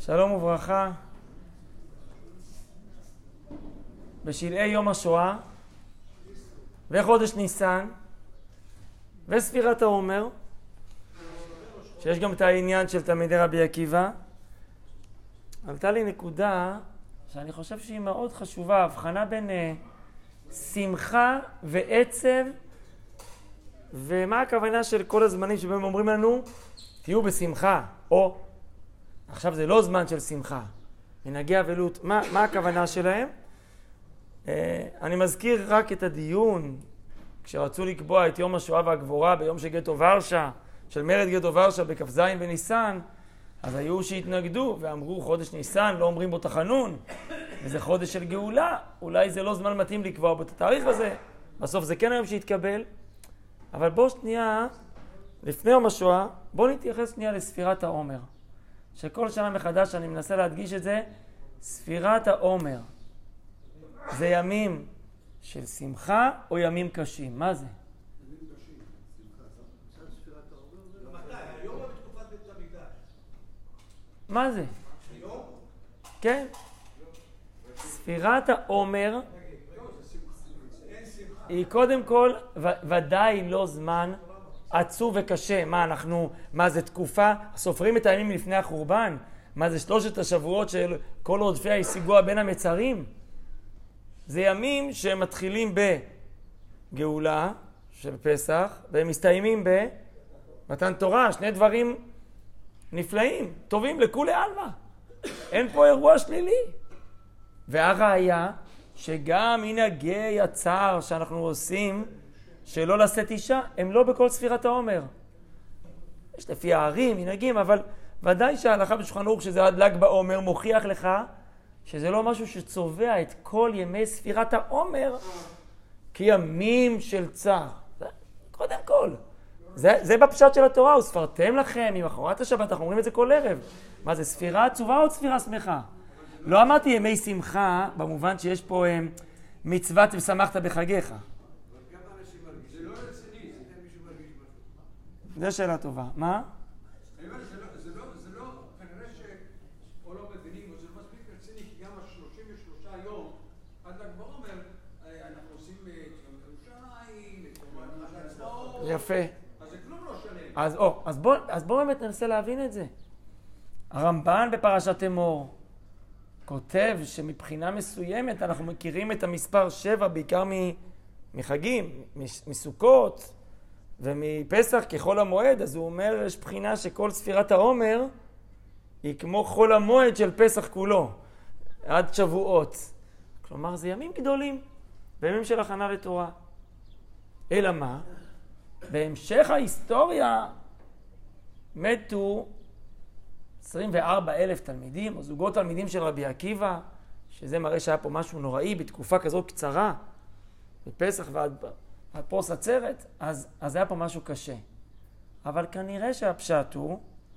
שלום וברכה. בשלהי יום השואה וחודש ניסן וספירת העומר, שיש גם את העניין של תלמידי רבי עקיבא, עלתה לי נקודה שאני חושב שהיא מאוד חשובה, הבחנה בין שמחה ועצב, ומה הכוונה של כל הזמנים שבהם אומרים לנו תהיו בשמחה, או עכשיו זה לא זמן של שמחה, מנהגי אבלות, מה הכוונה שלהם? אני מזכיר רק את הדיון כשרצו לקבוע את יום השואה והגבורה ביום של גטו ורשה, של מרד גטו ורשה בכ"ז בניסן. אז היו שהתנגדו ואמרו חודש ניסן לא אומרים בו תחנון, וזה חודש של גאולה, אולי זה לא זמן מתאים לקבוע בו את התאריך הזה. בסוף זה כן היום שהתקבל. אבל בואו שנייה, לפני יום השואה, בואו נתייחס שנייה לספירת העומר, שכל שנה מחדש אני מנסה להדגיש את זה. ספירת העומר זה ימים של שמחה או ימים קשים? מה זה? ימים קשים, שמחה. עכשיו ספירת העומר זה... מתי? היום או בתקופת בית המקדש? מה זה? היום? כן. ספירת העומר היא קודם כל ודאי לא זמן עצוב וקשה. מה זה תקופה? סופרים את הימים לפני החורבן? מה זה 3 השבועות של כל רודפי השיגוע בין המצרים? זה ימים שמתחילים בגאולה של פסח והם מסתיימים במתן תורה. שני דברים נפלאים, טובים לכולי עלמא. אין פה אירוע שלילי. והראיה שגם מנהגי הצער שאנחנו עושים שלא לשאת אישה, הם לא בכל ספירת העומר. יש לפי הערים, מנהגים, אבל ודאי שההלכה בשולחן ערוך שזה עד ל"ג בעומר מוכיח לך שזה לא משהו שצובע את כל ימי ספירת העומר כימים של צער. קודם כל. זה בפשט של התורה, וספרתם לכם ממחרת השבת, אנחנו אומרים את זה כל ערב. מה זה, ספירה עצובה או ספירה שמחה? לא אמרתי ימי שמחה, במובן שיש פה מצוות ושמחת בחגיך. זה לא רציני, זה מישהו מרגיש משהו. זו שאלה טובה. מה? זה לא, כנראה או לא מבינים, או זה מספיק רציני, כי גם 33 יום, עד ל"ג בעומר, אנחנו עושים את יום ירושלים, את יום העצמאות. יפה. אז זה כלום לא שלם. אז בואו באמת ננסה להבין את זה. הרמב"ן בפרשת אמור כותב שמבחינה מסוימת אנחנו מכירים את המספר 7 בעיקר מחגים, מסוכות ומפסח כחול המועד. אז הוא אומר יש בחינה שכל ספירת העומר היא כמו חול המועד של פסח כולו עד שבועות. כלומר זה ימים גדולים וימים של הכנה לתורה. אלא מה? בהמשך ההיסטוריה מתו 24,000 תלמידים או זוגות תלמידים של רבי עקיבא, שזה מראה שהיה פה משהו נוראי בתקופה כזאת קצרה, בפסח ועד פרוס עצרת. אז היה פה משהו קשה. אבל כנראה שהפשט הוא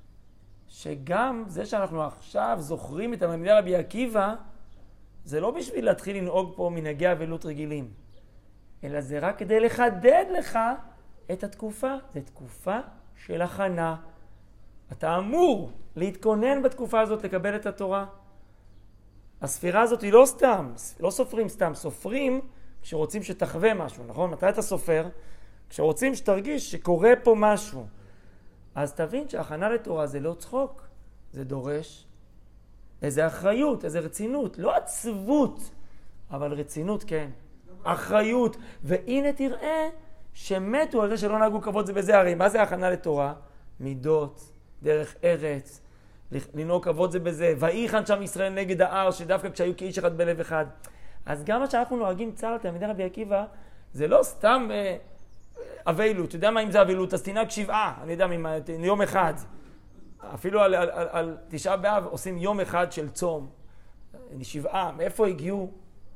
שגם זה שאנחנו עכשיו זוכרים את תלמידי רבי עקיבא, זה לא בשביל להתחיל לנהוג פה מנהגי אבלות רגילים, אלא זה רק כדי לחדד לך את התקופה. זה תקופה של הכנה. אתה אמור להתכונן בתקופה הזאת לקבל את התורה. הספירה הזאת היא לא סתם, לא סופרים סתם, סופרים כשרוצים שתחווה משהו, נכון? מתי אתה סופר? כשרוצים שתרגיש שקורה פה משהו. אז תבין שההכנה לתורה זה לא צחוק, זה דורש איזה אחריות, איזה רצינות, לא עצבות, אבל רצינות כן, אחריות. והנה תראה שמתו על זה שלא נהגו כבוד זה בזה. הרי מה זה ההכנה לתורה? מידות, דרך ארץ, לנהוג כבוד זה בזה, ויחן שם ישראל נגד ההר, שדווקא כשהיו כאיש אחד בלב אחד. אז גם מה שאנחנו נוהגים צער תלמידי רבי עקיבא, זה לא סתם אבלות. אתה יודע מה אם זה אבלות? אז תנהג 7, אני יודע, יום אחד. אפילו על 9 באב עושים יום אחד של צום. 7, מאיפה הגיעו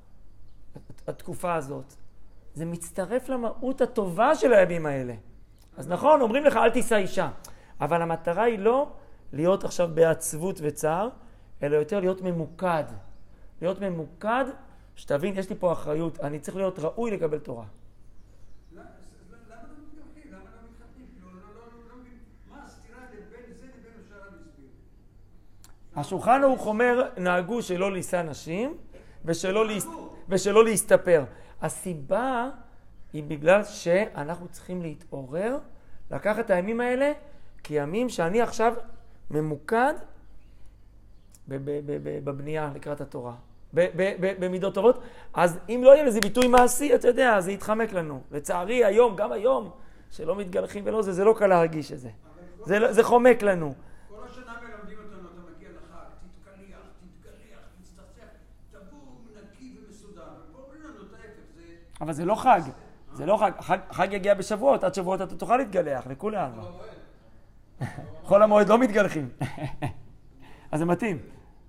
התקופה הזאת? זה מצטרף למהות הטובה של הימים האלה. אז נכון, אומרים לך אל תישא אישה. אבל המטרה היא לא להיות עכשיו בעצבות וצער, אלא יותר להיות ממוקד. להיות ממוקד, שתבין, יש לי פה אחריות, אני צריך להיות ראוי לקבל תורה. למה לא מתגרחים? למה לא מתחתנים? מה הסתירה בין זה לבין השאר המסביר? השולחן ערוך אומר, נהגו שלא לישא נשים ושלא להסתפר. הסיבה היא בגלל שאנחנו צריכים להתעורר, לקחת את הימים האלה, כי ימים שאני עכשיו ממוקד בבנייה לקראת התורה. במידות טובות, אז אם לא יהיה לזה ביטוי מעשי, אתה יודע, זה יתחמק לנו. לצערי, היום, גם היום, שלא מתגלחים ולא זה לא קל להרגיש את זה. זה חומק לנו. כל השנה מלמדים אותנו, אתה מגיע לחג, תתקלח, תצטצח, תבוא נקי ומסודר. ופה אומרים לנו את ההפך, זה... אבל זה לא חג. זה לא חג. חג יגיע בשבועות, עד שבועות אתה תוכל להתגלח, לכולם. חול המועד לא מתגלחים. אז זה מתאים.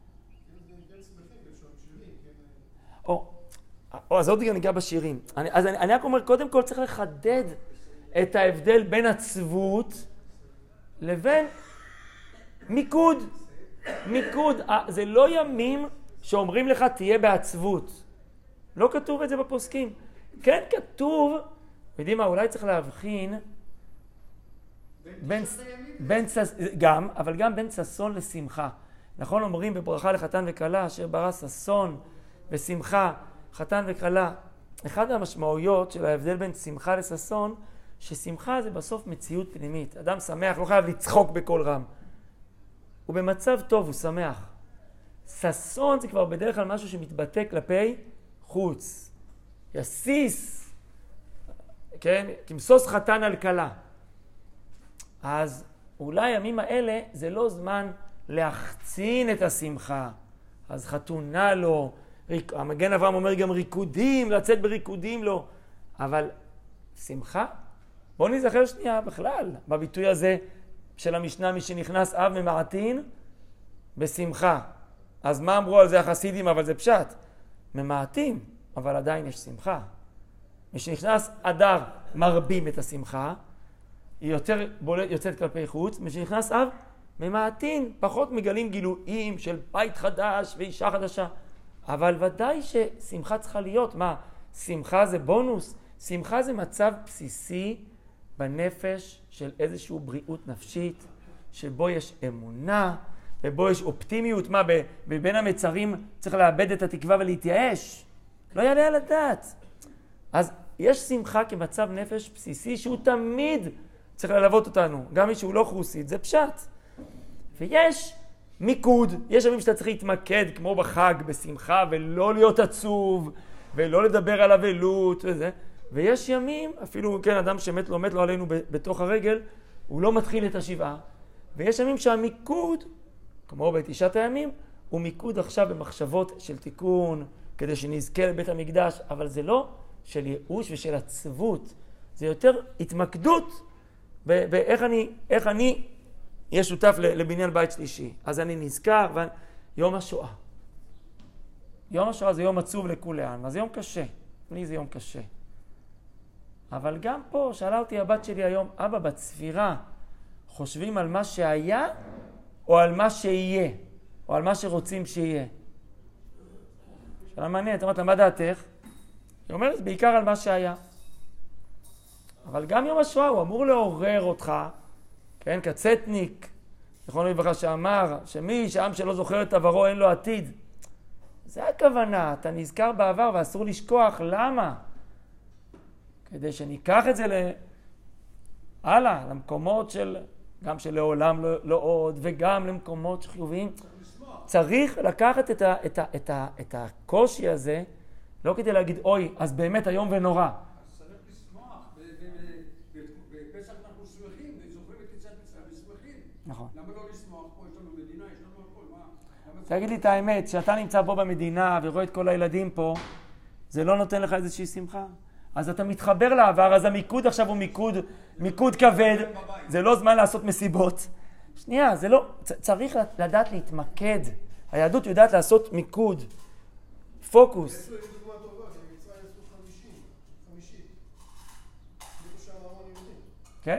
אז עוד גם ניגע בשירים. אז אני רק אומר, קודם כל צריך לחדד את ההבדל בין עצבות לבין מיקוד. מיקוד. זה לא ימים שאומרים לך תהיה בעצבות. לא כתוב את זה בפוסקים. כן כתוב, יודעים מה, אולי צריך להבחין אבל גם בין ששון לשמחה. נכון אומרים בברכה לחתן וכלה, אשר ברא ששון ושמחה, חתן וכלה. אחד המשמעויות של ההבדל בין שמחה לששון, ששמחה זה בסוף מציאות פנימית. אדם שמח, לא חייב לצחוק בכל רם. הוא במצב טוב, הוא שמח. ששון זה כבר בדרך כלל משהו שמתבטא כלפי חוץ. יסיס, כן? כמסוס חתן על כלה. אז אולי הימים האלה זה לא זמן להחצין את השמחה. אז חתונה לא, המגן אברהם אומר גם ריקודים, לצאת בריקודים לא. אבל שמחה? בואו נזכר שנייה בכלל, בביטוי הזה של המשנה, מי שנכנס אב ממעטין בשמחה. אז מה אמרו על זה החסידים? אבל זה פשט. ממעטים, אבל עדיין יש שמחה. מי שנכנס אדר מרבים את השמחה, היא יותר יוצאת כלפי חוץ. מי שנכנס אב ממעטין, פחות מגלים גילויים של בית חדש ואישה חדשה. אבל ודאי ששמחה צריכה להיות. מה? שמחה זה בונוס. שמחה זה מצב בסיסי בנפש של איזושהי בריאות נפשית, שבו יש אמונה, ובו יש אופטימיות. מה? בין המצרים צריך לאבד את התקווה ולהתייאש. לא יעלה על הדעת. אז יש שמחה כמצב נפש בסיסי שהוא תמיד צריך ללוות אותנו. גם מי שהוא לא חוסית, זה פשט. ויש מיקוד. יש ימים שאתה צריך להתמקד כמו בחג, בשמחה, ולא להיות עצוב, ולא לדבר על אבלות וזה. ויש ימים, אפילו כן, אדם שמת לא מת לו עלינו בתוך הרגל, הוא לא מתחיל את השבעה. ויש ימים שהמיקוד, כמו בתשעת הימים, הוא מיקוד עכשיו במחשבות של תיקון, כדי שנזכה לבית המקדש, אבל זה לא של ייאוש ושל עצבות. זה יותר התמקדות באיך אני אהיה שותף לבניין בית שלישי. אז אני נזכר, יום השואה. יום השואה זה יום עצוב לכולם, אז זה יום קשה. לי זה יום קשה. אבל גם פה, שאלה אותי הבת שלי היום, אבא, בצפירה, חושבים על מה שהיה, או על מה שיהיה, או על מה שרוצים שיהיה? שאלה מעניינת, אמרת לה, מה דעתך? היא אומרת, בעיקר על מה שהיה. אבל גם יום השואה הוא אמור לעורר אותך, כן, כצטניק, זכרונו לברכה שאמר, שעם שלא זוכר את עברו אין לו עתיד. זה הכוונה, אתה נזכר בעבר ואסור לשכוח, למה? כדי שניקח את זה הלאה, למקומות גם שלעולם לא עוד, וגם למקומות חיוביים. צריך לקחת את הקושי הזה, לא כדי להגיד, אוי, אז באמת היום ונורא. אז צריך לשמוח, בפסח אנחנו שמחים, וזוכרים את יציאת מצרים ושמחים. נכון. למה לא לשמוח? פה יש לנו מדינה, יש לנו הכל, מה? תגיד לי את האמת, שאתה נמצא פה במדינה ורואה את כל הילדים פה, זה לא נותן לך איזושהי שמחה? אז אתה מתחבר לעבר, אז המיקוד עכשיו הוא מיקוד כבד, זה לא זמן לעשות מסיבות. שנייה, זה לא, צריך לדעת להתמקד. היהדות יודעת לעשות מיקוד, פוקוס. יש דוגמה טובה, במצרים עשו 50. יש שם המון יהודים. כן?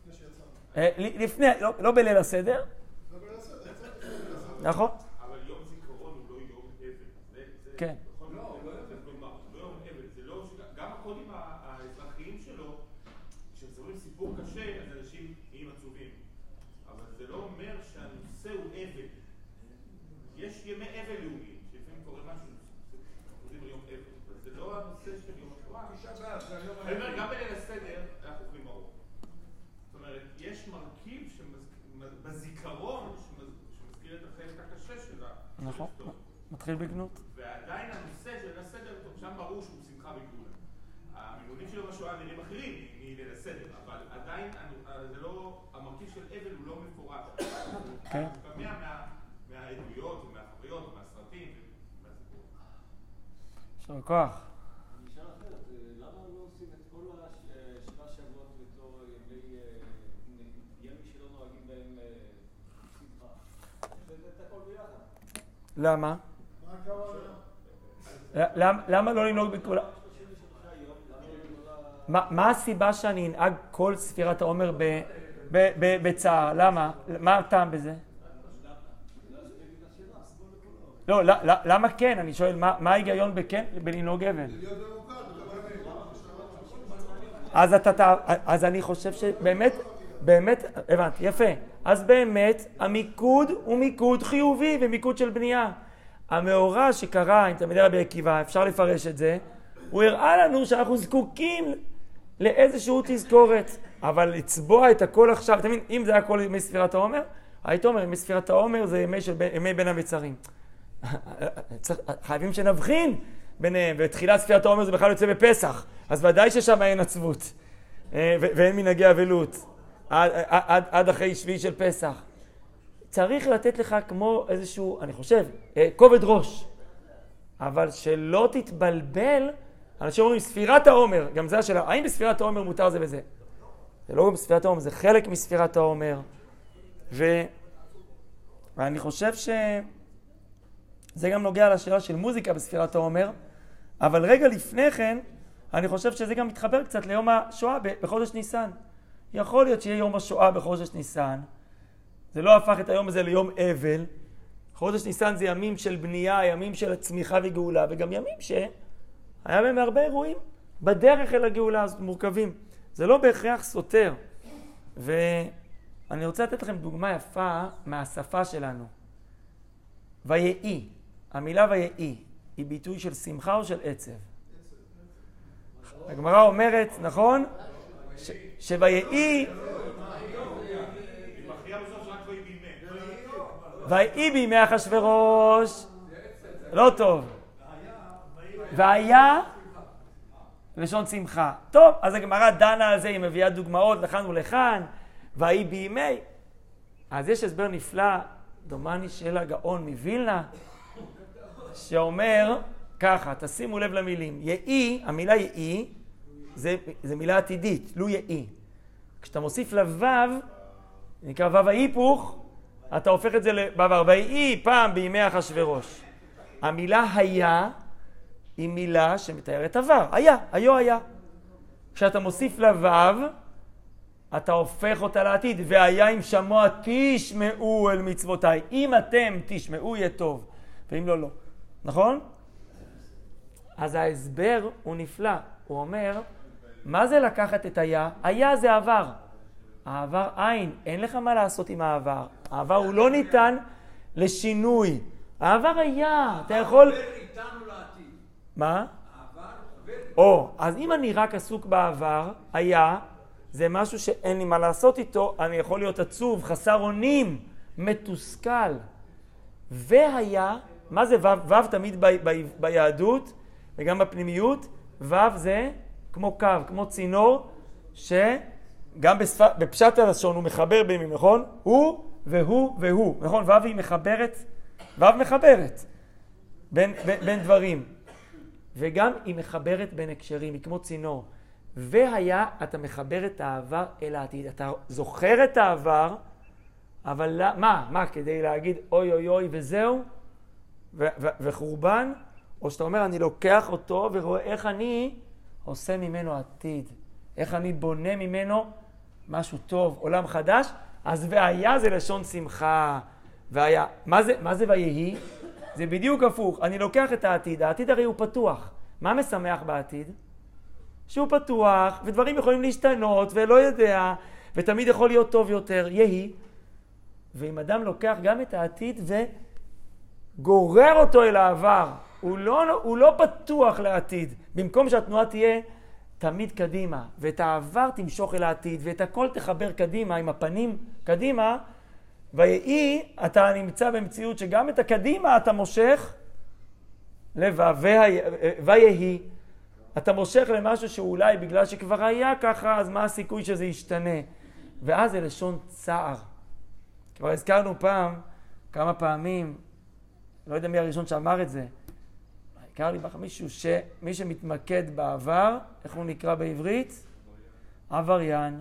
לפני, לא בליל הסדר. לא בליל הסדר, נכון? אבל יום זיכרון הוא לא יום אבל. כן. גם הקודים האזרחיים שלו, כשמספרים סיפור קשה, אז אנשים נהיים עצובים. אבל זה לא אומר שהנושא הוא אבל. נכון, מתחיל בגנות. ועדיין הנושא של הסדר, שם ברור שהוא שמחה וגאולה. המילונים שלו בשואה נראים אחרים מליל הסדר, אבל עדיין זה לא, המרכיב של אבל הוא לא מפורש. כן. הוא קמע מהעדויות ומהחוויות ומהסרטים ומהסיפור. יישר כוח. אני אשאל אחרת, למה לא עושים את כל השבעה שבועות בתור ימים שלא נוהגים בהם שמחה? את הכל ביחד. למה? למה לא לנהוג בכל... מה הסיבה שאני אנהג כל ספירת העומר בצער? למה? מה הטעם בזה? לא, למה כן? אני שואל, מה ההיגיון בלנהוג אבל? אז אני חושב שבאמת, הבנתי, יפה. אז באמת, המיקוד הוא מיקוד חיובי ומיקוד של בנייה. המאורע שקרה עם תלמידי רבי עקיבא, אפשר לפרש את זה, הוא הראה לנו שאנחנו זקוקים לאיזשהו תזכורת. אבל לצבוע את הכל עכשיו, אתה מבין, אם זה הכל ימי ספירת העומר, היית אומר, ימי ספירת העומר זה ימי בין המצרים. חייבים שנבחין ביניהם, ותחילת ספירת העומר זה בכלל יוצא בפסח, אז ודאי ששם אין עצבות, ואין מנהגי אבלות, עד אחרי שביעי של פסח. צריך לתת לך כמו איזשהו, אני חושב, כובד ראש, אבל שלא תתבלבל. אנשים אומרים, ספירת העומר, גם זה השאלה, האם בספירת העומר מותר זה וזה? זה לא בספירת העומר, זה חלק מספירת העומר. ואני חושב שזה גם נוגע לשאלה של מוזיקה בספירת העומר, אבל רגע לפני כן, אני חושב שזה גם מתחבר קצת ליום השואה בחודש ניסן. יכול להיות שיהיה יום השואה בחודש ניסן, זה לא הפך את היום הזה ליום אבל. חודש ניסן זה ימים של בנייה, ימים של צמיחה וגאולה, וגם ימים שהיה בהם הרבה אירועים בדרך אל הגאולה, אז מורכבים. זה לא בהכרח סותר. ואני רוצה לתת לכם דוגמה יפה מהשפה שלנו. ויהי, המילה ויהי, היא ביטוי של שמחה או של עצב? הגמרא אומרת, נכון? שויהי, ויהי בימי אחשוורוש, לא טוב. והיה לשון שמחה. טוב, אז הגמרא דנה על זה, היא מביאה דוגמאות לכאן ולכאן, ויהי בימי. אז יש הסבר נפלא, דומני של הגאון מווילנה, שאומר ככה, תשימו לב למילים. יהי, המילה יהי, זה מילה עתידית, לו יהי. כשאתה מוסיף לוו, נקרא וו ההיפוך, אתה הופך את זה לבעבר. ויהי פעם בימי אחשוורוש. המילה היה היא מילה שמתארת עבר. היו היה. כשאתה מוסיף לוו, אתה הופך אותה לעתיד. והיה אם שמוע תשמעו אל מצוותיי. אם אתם תשמעו יהיה טוב, ואם לא, לא. נכון? אז ההסבר הוא נפלא. הוא אומר, מה זה לקחת את היה? היה זה עבר. העבר אין לך מה לעשות עם העבר. העבר הוא לא ניתן לשינוי. העבר היה, אתה יכול... מה? אז אם אני רק עסוק בעבר, היה, זה משהו שאין לי מה לעשות איתו, אני יכול להיות עצוב, חסר אונים, מתוסכל. והיה, מה זה וו? וו תמיד ביהדות וגם בפנימיות, וו זה כמו קו, כמו צינור, שגם בפשט הלשון הוא מחבר בימים, נכון? הוא והוא והוא, נכון? וו היא מחברת, וו מחברת בין דברים. וגם היא מחברת בין הקשרים, היא כמו צינור. והיה, אתה מחבר את העבר אל העתיד. אתה זוכר את העבר, אבל מה? כדי להגיד אוי אוי אוי וזהו? וחורבן? או שאתה אומר, אני לוקח אותו ורואה איך אני עושה ממנו עתיד. איך אני בונה ממנו משהו טוב, עולם חדש. אז והיה זה לשון שמחה. והיה. מה זה ויהי? זה בדיוק הפוך. אני לוקח את העתיד. העתיד הרי הוא פתוח. מה משמח בעתיד? שהוא פתוח, ודברים יכולים להשתנות, ולא יודע, ותמיד יכול להיות טוב יותר. יהי. ואם אדם לוקח גם את העתיד וגורר אותו אל העבר, הוא לא פתוח לעתיד. במקום שהתנועה תהיה תמיד קדימה, ואת העבר תמשוך אל העתיד, ואת הכל תחבר קדימה, עם הפנים קדימה, ויהי, אתה נמצא במציאות שגם את הקדימה אתה מושך ויהי. אתה מושך למשהו שאולי בגלל שכבר היה ככה, אז מה הסיכוי שזה ישתנה? ואז זה לשון צער. כבר הזכרנו כמה פעמים, לא יודע מי הראשון שאמר את זה, הכר לי מישהו שמי שמתמקד בעבר, איך הוא נקרא בעברית? עבריין.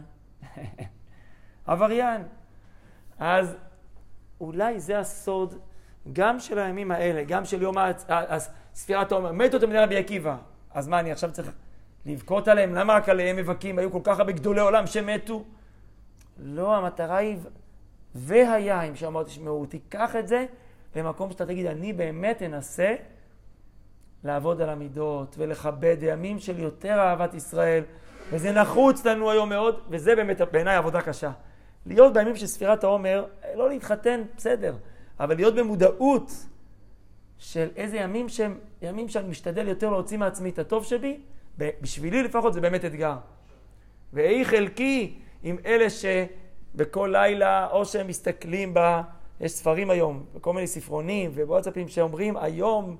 עבריין. אז אולי זה הסוד גם של הימים האלה, גם של יום ספירת העומר. מתו תלמידי רבי עקיבא. אז מה, אני עכשיו צריך לבכות עליהם? למה רק עליהם מבכים? היו כל כך הרבה גדולי עולם שמתו? לא, המטרה היא והיה, אם שאמרתי שמעו, תיקח את זה למקום שאתה תגיד, אני באמת אנסה לעבוד על המידות ולכבד ימים של יותר אהבת ישראל, וזה נחוץ לנו היום מאוד, וזה באמת בעיניי עבודה קשה. להיות בימים של ספירת העומר, לא להתחתן, בסדר, אבל להיות במודעות של איזה ימים שאני משתדל יותר להוציא מעצמי את הטוב שבי, בשבילי לפחות זה באמת אתגר. ואי חלקי עם אלה שבכל לילה או שהם מסתכלים יש ספרים היום, בכל מיני ספרונים ובוואטסאפים שאומרים היום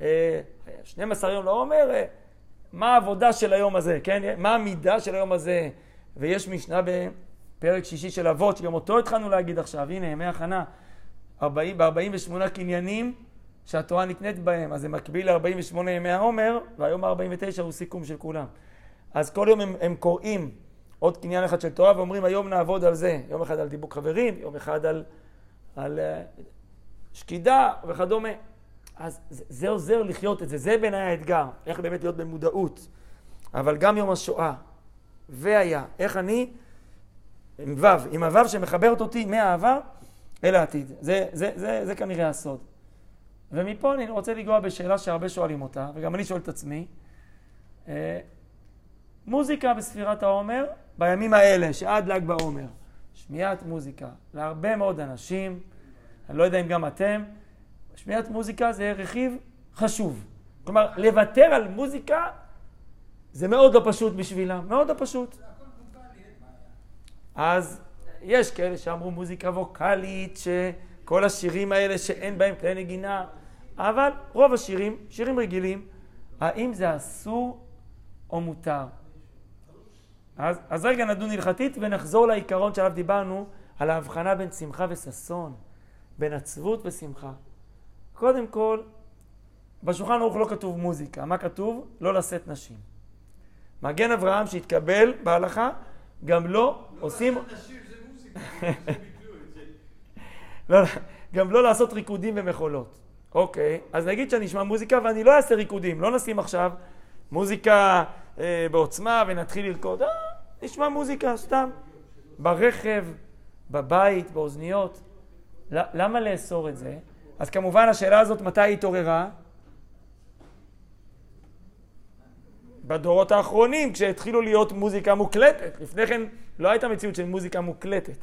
12 יום לעומר, מה העבודה של היום הזה, כן? מה המידה של היום הזה? ויש משנה בפרק שישי של אבות, שגם אותו התחלנו להגיד עכשיו, הנה, ימי הכנה, ב-48 קניינים שהתורה נקנית בהם, אז זה מקביל ל-48 ימי העומר, והיום ה-49 הוא סיכום של כולם. אז כל יום הם קוראים עוד קניין אחד של תורה, ואומרים היום נעבוד על זה, יום אחד על דיבוק חברים, יום אחד על שקידה וכדומה. אז זה עוזר לחיות את זה, זה בעיניי האתגר, איך באמת להיות במודעות. אבל גם יום השואה, והיה, איך אני, עם הוו שמחברת אותי מהעבר אל העתיד. זה כנראה הסוד. ומפה אני רוצה לגוע בשאלה שהרבה שואלים אותה, וגם אני שואל את עצמי, מוזיקה בספירת העומר, בימים האלה, שעד ל"ג בעומר, שמיעת מוזיקה, להרבה מאוד אנשים, אני לא יודע אם גם אתם, שמיעת מוזיקה זה רכיב חשוב. כלומר, לוותר על מוזיקה זה מאוד לא פשוט בשבילם, מאוד לא פשוט. אז יש כאלה שאמרו מוזיקה ווקלית, שכל השירים האלה שאין בהם כלי נגינה, אבל רוב השירים, שירים רגילים, האם זה אסור או מותר? אז רגע נדון הלכתית ונחזור לעיקרון שעליו דיברנו, על ההבחנה בין שמחה וששון, בין עצבות ושמחה. קודם כל, בשולחן ערוך לא כתוב מוזיקה. מה כתוב? לא לשאת נשים. מגן אברהם שהתקבל בהלכה, גם לא עושים... לא לשאת נשים זה מוזיקה, זה ביטלו את זה. גם לא לעשות ריקודים ומחולות. אוקיי, אז נגיד שאני אשמע מוזיקה ואני לא אעשה ריקודים. לא נשים עכשיו מוזיקה בעוצמה ונתחיל לרקוד. נשמע מוזיקה סתם. ברכב, בבית, באוזניות. למה לאסור את זה? אז כמובן השאלה הזאת מתי היא התעוררה? בדורות האחרונים, כשהתחילו להיות מוזיקה מוקלטת. לפני כן לא הייתה מציאות של מוזיקה מוקלטת.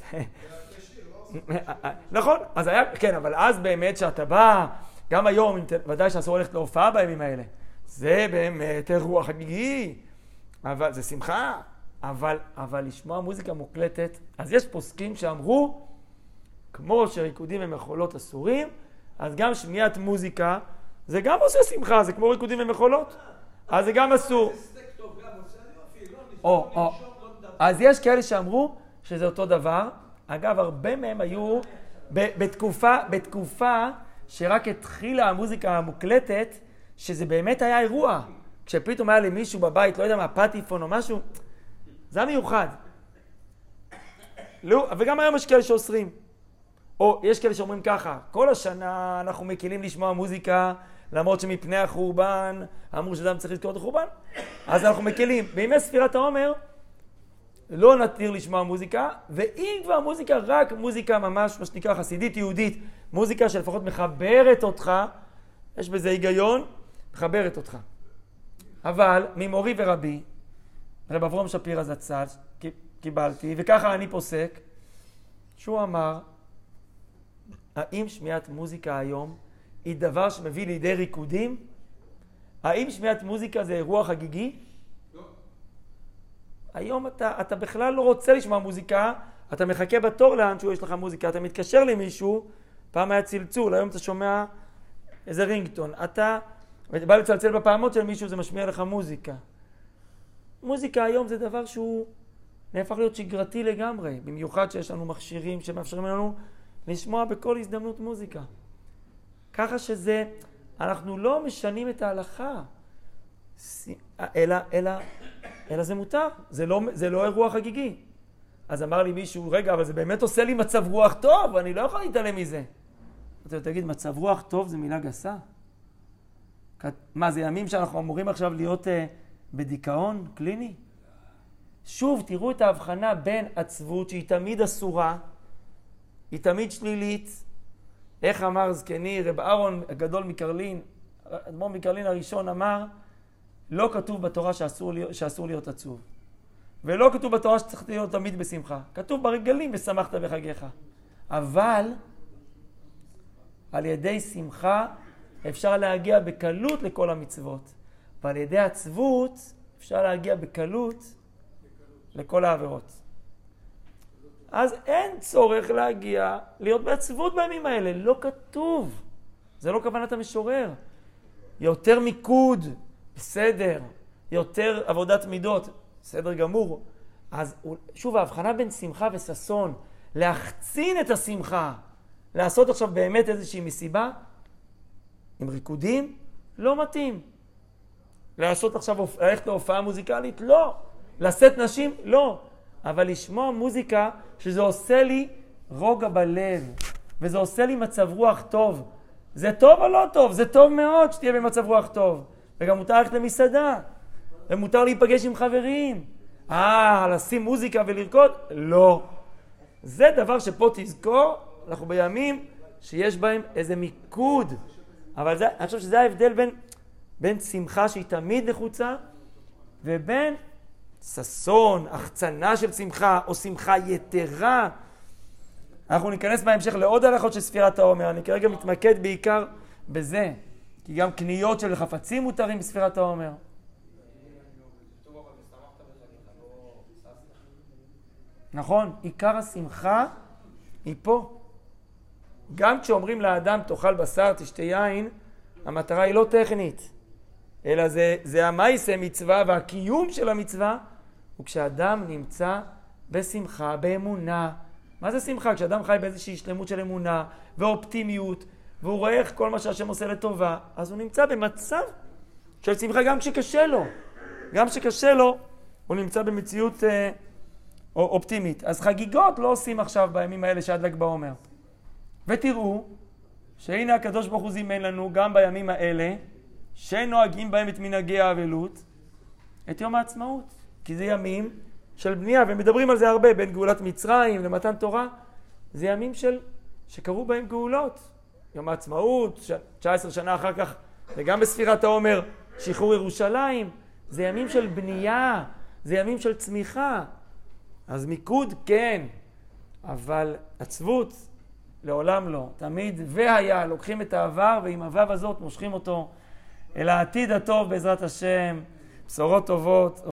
נכון, אז היה, כן, אבל אז באמת שאתה בא, גם היום, ודאי שאסור ללכת להופעה בימים האלה. זה באמת אירוע חגיגי, אבל זה שמחה. אבל לשמוע מוזיקה מוקלטת, אז יש פוסקים שאמרו, כמו שריקודים ומחולות אסורים, אז גם שמיעת מוזיקה, זה גם עושה שמחה, זה כמו ריקודים ומחולות. אז זה גם אסור. אז יש כאלה שאמרו שזה אותו דבר. אגב, הרבה מהם היו בתקופה שרק התחילה המוזיקה המוקלטת, שזה באמת היה אירוע. כשפתאום היה למישהו בבית, לא יודע מה, פטיפון או משהו, זה היה מיוחד. לא, וגם היום יש כאלה שאוסרים. או יש כאלה שאומרים ככה, כל השנה אנחנו מקילים לשמוע מוזיקה, למרות שמפני החורבן, אמרו שאדם צריך לזכור את החורבן, אז אנחנו מקילים. בימי ספירת העומר, לא נתיר לשמוע מוזיקה, ואם כבר מוזיקה, רק מוזיקה ממש, מה שנקרא חסידית יהודית, מוזיקה שלפחות מחברת אותך, יש בזה היגיון, מחברת אותך. אבל ממורי ורבי, רב אברהם שפירא זצ"ל, קיבלתי, וככה אני פוסק, שהוא אמר, האם שמיעת מוזיקה היום היא דבר שמביא לידי ריקודים? האם שמיעת מוזיקה זה אירוע חגיגי? לא. היום אתה בכלל לא רוצה לשמוע מוזיקה, אתה מחכה בתור לאן שהוא יש לך מוזיקה, אתה מתקשר למישהו, פעם היה צלצול, היום אתה שומע איזה רינגטון, אתה בא לצלצל בפעמות של מישהו, זה משמיע לך מוזיקה. מוזיקה היום זה דבר שהוא נהפך להיות שגרתי לגמרי, במיוחד שיש לנו מכשירים שמאפשרים לנו לשמוע בכל הזדמנות מוזיקה. ככה שזה, אנחנו לא משנים את ההלכה, אלא זה מותר, זה לא אירוע חגיגי. אז אמר לי מישהו, רגע, אבל זה באמת עושה לי מצב רוח טוב, אני לא יכול להתעלם מזה. אתה תגיד, מצב רוח טוב זה מילה גסה? מה, זה ימים שאנחנו אמורים עכשיו להיות בדיכאון קליני? שוב, תראו את ההבחנה בין עצבות שהיא תמיד אסורה, היא תמיד שלילית. איך אמר זקני, רב אהרון הגדול מקרלין, אדמו"ר מקרלין הראשון אמר, לא כתוב בתורה שאסור להיות עצוב. ולא כתוב בתורה שצריך להיות תמיד בשמחה. כתוב ברגלים ושמחת בחגיך. אבל על ידי שמחה אפשר להגיע בקלות לכל המצוות. ועל ידי עצבות אפשר להגיע בקלות לכל העבירות. אז אין צורך להגיע, להיות בעצבות בימים האלה. לא כתוב. זה לא כוונת המשורר. יותר מיקוד, בסדר. יותר עבודת מידות, בסדר גמור. אז שוב, ההבחנה בין שמחה וששון, להחצין את השמחה, לעשות עכשיו באמת איזושהי מסיבה, עם ריקודים, לא מתאים. לעשות עכשיו, ללכת להופעה מוזיקלית, לא. לשאת נשים, לא. אבל לשמוע מוזיקה שזה עושה לי רוגע בלב, וזה עושה לי מצב רוח טוב. זה טוב או לא טוב? זה טוב מאוד שתהיה במצב רוח טוב. וגם מותר ללכת למסעדה, ומותר להיפגש עם חברים. לשים מוזיקה ולרקוד? לא. זה דבר שפה תזכור, אנחנו בימים שיש בהם איזה מיקוד. אבל אני חושב שזה ההבדל בין שמחה שהיא תמיד נחוצה, ובין ששון, החצנה של שמחה, או שמחה יתרה. אנחנו ניכנס בהמשך לעוד הלכות של ספירת העומר. אני כרגע מתמקד בעיקר בזה, כי גם קניות של חפצים מותרים בספירת העומר. נכון, עיקר השמחה היא פה. גם כשאומרים לאדם תאכל בשר, תשתה יין, המטרה היא לא טכנית, אלא זה המעשה מצווה והקיום של המצווה, וכשאדם נמצא בשמחה, באמונה. מה זה שמחה? כשאדם חי באיזושהי שלמות של אמונה ואופטימיות, והוא רואה איך כל מה שהשם עושה לטובה, אז הוא נמצא במצב של שמחה גם כשקשה לו. גם כשקשה לו, הוא נמצא במציאות אופטימית. אז חגיגות לא עושים עכשיו בימים האלה שעד ל"ג בעומר. ותראו שהנה הקדוש ברוך הוא זימן לנו גם בימים האלה, שנוהגים בהם את מנהגי האבלות, את יום העצמאות. כי זה ימים של בנייה, ומדברים על זה הרבה, בין גאולת מצרים למתן תורה. זה ימים שקרו בהם גאולות. יום העצמאות, 19 שנה אחר כך, וגם בספירת העומר, שחרור ירושלים. זה ימים של בנייה, זה ימים של צמיחה. אז מיקוד כן, אבל עצבות לעולם לא. תמיד והיה, לוקחים את העבר, ועם הוו הזאת מושכים אותו אל העתיד הטוב בעזרת השם. בשורות טובות.